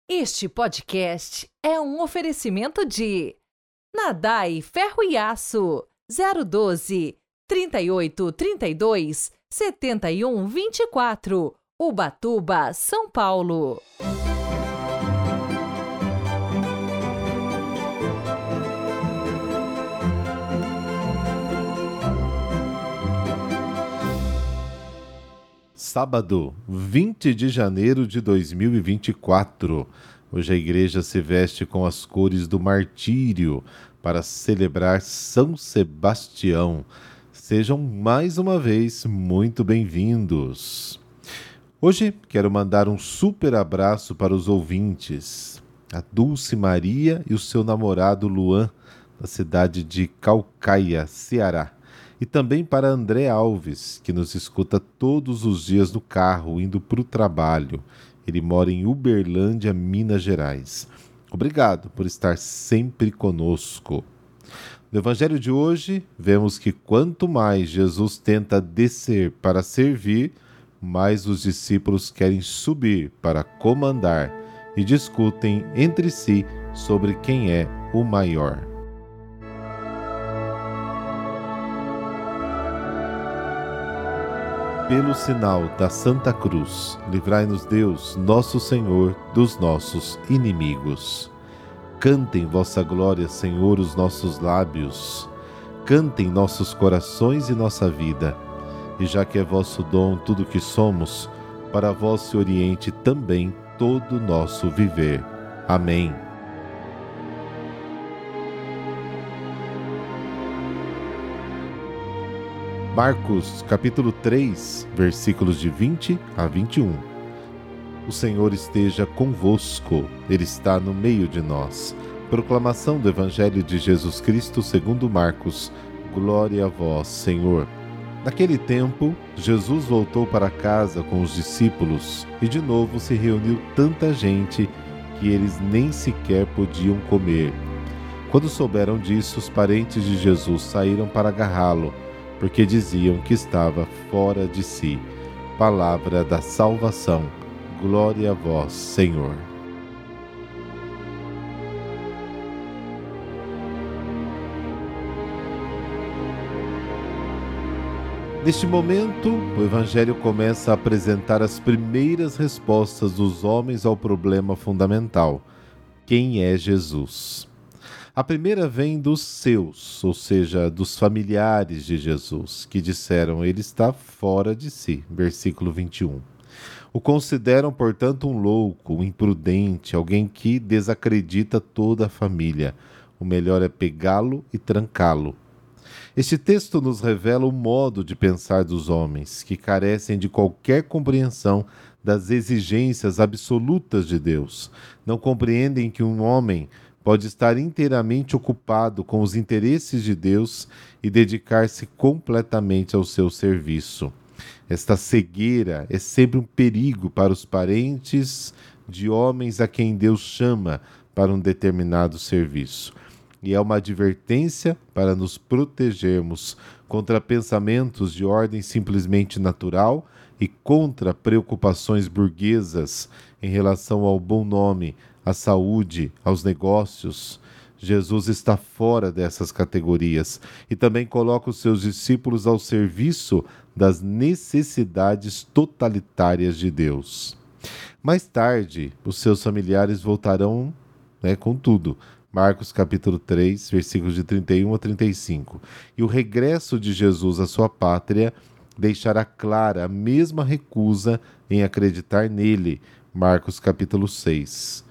Este podcast é um oferecimento de Nadai Ferro e Aço 012 3832 7124, Ubatuba, São Paulo. Sábado, 20 de janeiro de 2024. Hoje a igreja se veste com as cores do martírio para celebrar São Sebastião. Sejam mais uma vez muito bem-vindos. Hoje quero mandar um super abraço para os ouvintes, a Dulce Maria e o seu namorado Luan, da cidade de Caucaia, Ceará. E também para André Alves, que nos escuta todos os dias no carro, indo para o trabalho. Ele mora em Uberlândia, Minas Gerais. Obrigado por estar sempre conosco. No Evangelho de hoje, vemos que quanto mais Jesus tenta descer para servir, mais os discípulos querem subir para comandar e discutem entre si sobre quem é o maior. Pelo sinal da Santa Cruz, livrai-nos Deus, nosso Senhor, dos nossos inimigos. Cantem vossa glória, Senhor, os nossos lábios. Cantem nossos corações e nossa vida. E já que é vosso dom tudo que somos, para vós se oriente também todo o nosso viver. Amém. Marcos, capítulo 3, versículos de 20 a 21. O Senhor esteja convosco, Ele está no meio de nós. Proclamação do Evangelho de Jesus Cristo segundo Marcos. Glória a vós, Senhor. Naquele tempo, Jesus voltou para casa com os discípulos e de novo se reuniu tanta gente que eles nem sequer podiam comer. Quando souberam disso, os parentes de Jesus saíram para agarrá-lo, porque diziam que estava fora de si. Palavra da salvação. Glória a vós, Senhor. Neste momento, o Evangelho começa a apresentar as primeiras respostas dos homens ao problema fundamental: quem é Jesus? A primeira vem dos seus, ou seja, dos familiares de Jesus, que disseram: ele está fora de si. Versículo 21. O consideram, portanto, um louco, um imprudente, alguém que desacredita toda a família. O melhor é pegá-lo e trancá-lo. Este texto nos revela o modo de pensar dos homens, que carecem de qualquer compreensão das exigências absolutas de Deus. Não compreendem que um homem pode estar inteiramente ocupado com os interesses de Deus e dedicar-se completamente ao seu serviço. Esta cegueira é sempre um perigo para os parentes de homens a quem Deus chama para um determinado serviço. E é uma advertência para nos protegermos contra pensamentos de ordem simplesmente natural e contra preocupações burguesas em relação ao bom nome, à saúde, aos negócios. Jesus está fora dessas categorias e também coloca os seus discípulos ao serviço das necessidades totalitárias de Deus. Mais tarde, os seus familiares voltarão, com tudo. Marcos capítulo 3, versículos de 31 a 35. E o regresso de Jesus à sua pátria deixará clara a mesma recusa em acreditar nele. Marcos capítulo 6.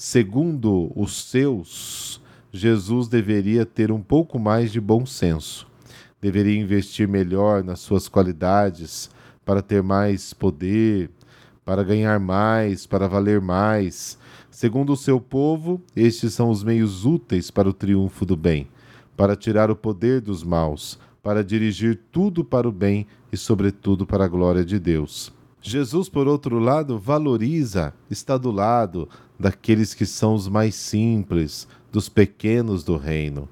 Segundo os seus, Jesus deveria ter um pouco mais de bom senso. Deveria investir melhor nas suas qualidades para ter mais poder, para ganhar mais, para valer mais. Segundo o seu povo, estes são os meios úteis para o triunfo do bem, para tirar o poder dos maus, para dirigir tudo para o bem e, sobretudo, para a glória de Deus. Jesus, por outro lado, valoriza, está do lado daqueles que são os mais simples, dos pequenos do reino.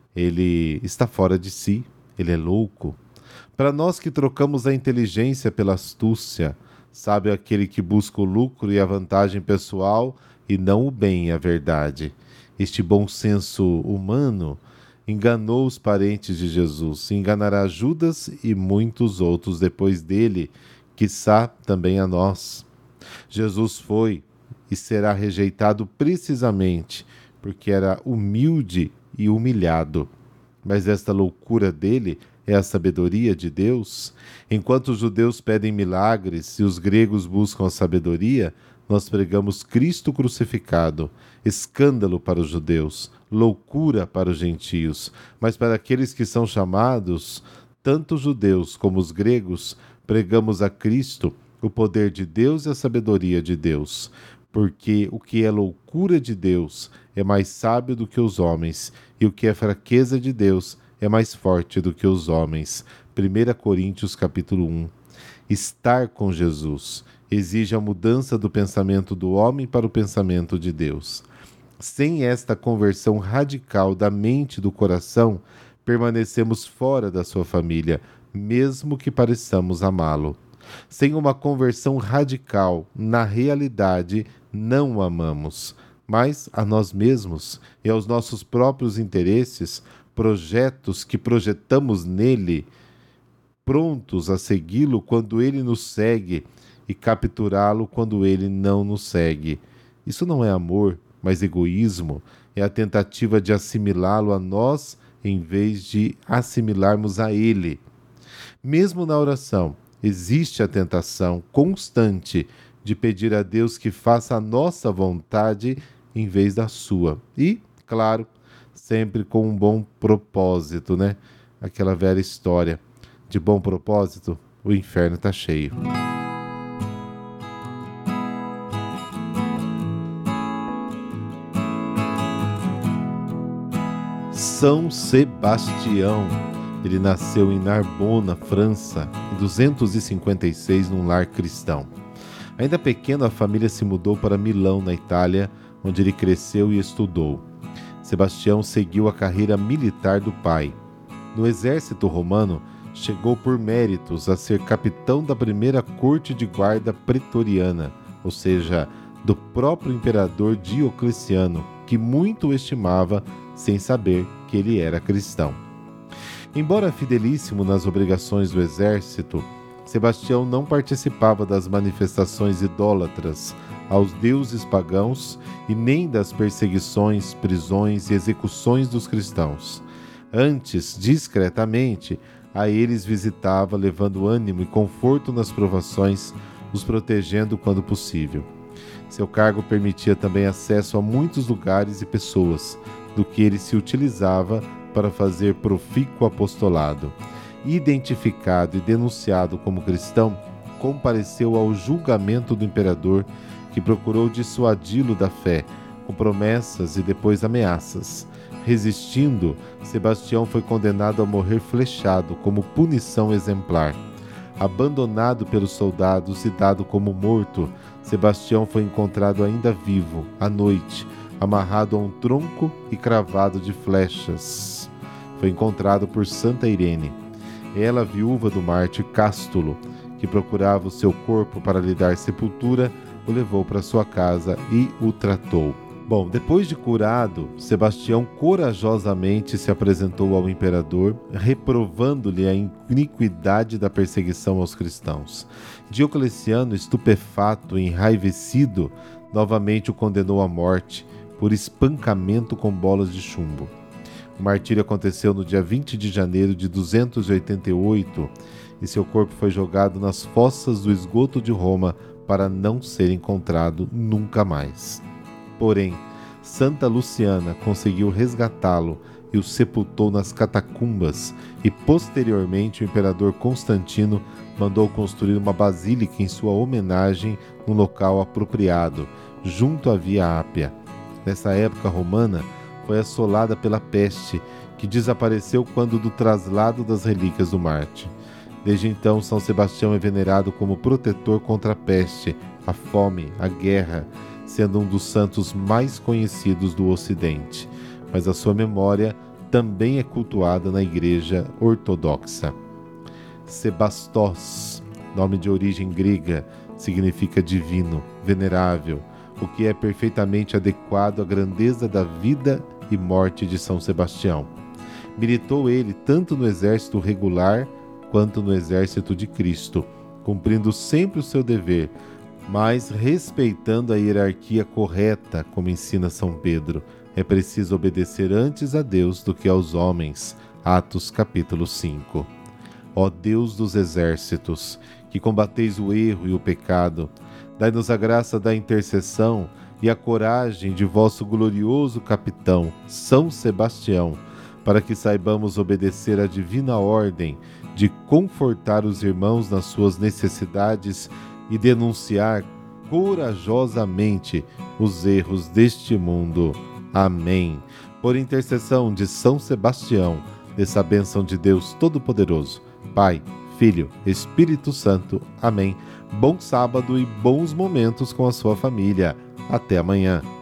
Ele está fora de si, ele é louco. Para nós que trocamos a inteligência pela astúcia, sabe aquele que busca o lucro e a vantagem pessoal e não o bem e a verdade. Este bom senso humano enganou os parentes de Jesus, enganará Judas e muitos outros depois dele, quiçá também a nós. Jesus foi e será rejeitado precisamente porque era humilde e humilhado. Mas esta loucura dele é a sabedoria de Deus? Enquanto os judeus pedem milagres e os gregos buscam a sabedoria, nós pregamos Cristo crucificado, escândalo para os judeus, loucura para os gentios, mas para aqueles que são chamados, tanto os judeus como os gregos, pregamos a Cristo, o poder de Deus e a sabedoria de Deus, porque o que é loucura de Deus é mais sábio do que os homens, e o que é fraqueza de Deus é mais forte do que os homens. 1 Coríntios capítulo 1. Estar com Jesus exige a mudança do pensamento do homem para o pensamento de Deus. Sem esta conversão radical da mente e do coração, permanecemos fora da sua família, mesmo que pareçamos amá-lo. Sem uma conversão radical, na realidade, não o amamos, mas a nós mesmos e aos nossos próprios interesses, projetos que projetamos nele, prontos a segui-lo quando ele nos segue e capturá-lo quando ele não nos segue. Isso não é amor, mas egoísmo, é a tentativa de assimilá-lo a nós em vez de assimilarmos a ele. Mesmo na oração, existe a tentação constante de pedir a Deus que faça a nossa vontade em vez da sua. E, claro, sempre com um bom propósito, né? Aquela velha história. De bom propósito, o inferno está cheio. São Sebastião. Ele nasceu em Narbona, França, em 256, num lar cristão. Ainda pequeno, a família se mudou para Milão, na Itália, onde ele cresceu e estudou. Sebastião seguiu a carreira militar do pai. No exército romano, chegou por méritos a ser capitão da primeira corte de guarda pretoriana, ou seja, do próprio imperador Diocleciano, que muito o estimava, sem saber que ele era cristão. Embora fidelíssimo nas obrigações do exército, Sebastião não participava das manifestações idólatras aos deuses pagãos e nem das perseguições, prisões e execuções dos cristãos. Antes, discretamente, a eles visitava, levando ânimo e conforto nas provações, os protegendo quando possível. Seu cargo permitia também acesso a muitos lugares e pessoas, do que ele se utilizava para fazer profícuo apostolado. Identificado e denunciado como cristão, compareceu ao julgamento do imperador, que procurou dissuadi-lo da fé, com promessas e depois ameaças. Resistindo, Sebastião foi condenado a morrer flechado como punição exemplar. Abandonado pelos soldados e dado como morto, Sebastião foi encontrado ainda vivo, à noite, amarrado a um tronco e cravado de flechas. Foi encontrado por Santa Irene. Ela, viúva do mártir Cástulo, que procurava o seu corpo para lhe dar sepultura, o levou para sua casa e o tratou. Bom, depois de curado, Sebastião corajosamente se apresentou ao imperador, reprovando-lhe a iniquidade da perseguição aos cristãos. Diocleciano, estupefato e enraivecido, novamente o condenou à morte por espancamento com bolas de chumbo. O martírio aconteceu no dia 20 de janeiro de 288 e seu corpo foi jogado nas fossas do esgoto de Roma para não ser encontrado nunca mais. Porém, Santa Luciana conseguiu resgatá-lo e o sepultou nas catacumbas, e posteriormente o imperador Constantino mandou construir uma basílica em sua homenagem num local apropriado, junto à Via Ápia. Nessa época romana, foi assolada pela peste, que desapareceu quando do traslado das relíquias do mártir. Desde então, São Sebastião é venerado como protetor contra a peste, a fome, a guerra, sendo um dos santos mais conhecidos do Ocidente, mas a sua memória também é cultuada na Igreja Ortodoxa. Sebastos, nome de origem grega, significa divino, venerável, o que é perfeitamente adequado à grandeza da vida e morte de São Sebastião. Militou ele tanto no exército regular quanto no exército de Cristo, cumprindo sempre o seu dever, mas respeitando a hierarquia correta, como ensina São Pedro. É preciso obedecer antes a Deus do que aos homens. Atos capítulo 5. Ó Deus dos exércitos, que combateis o erro e o pecado, dai-nos a graça da intercessão e a coragem de vosso glorioso capitão, São Sebastião, para que saibamos obedecer à divina ordem de confortar os irmãos nas suas necessidades e denunciar corajosamente os erros deste mundo. Amém. Por intercessão de São Sebastião, dessa bênção de Deus Todo-Poderoso, Pai, Filho, Espírito Santo. Amém. Bom sábado e bons momentos com a sua família. Até amanhã.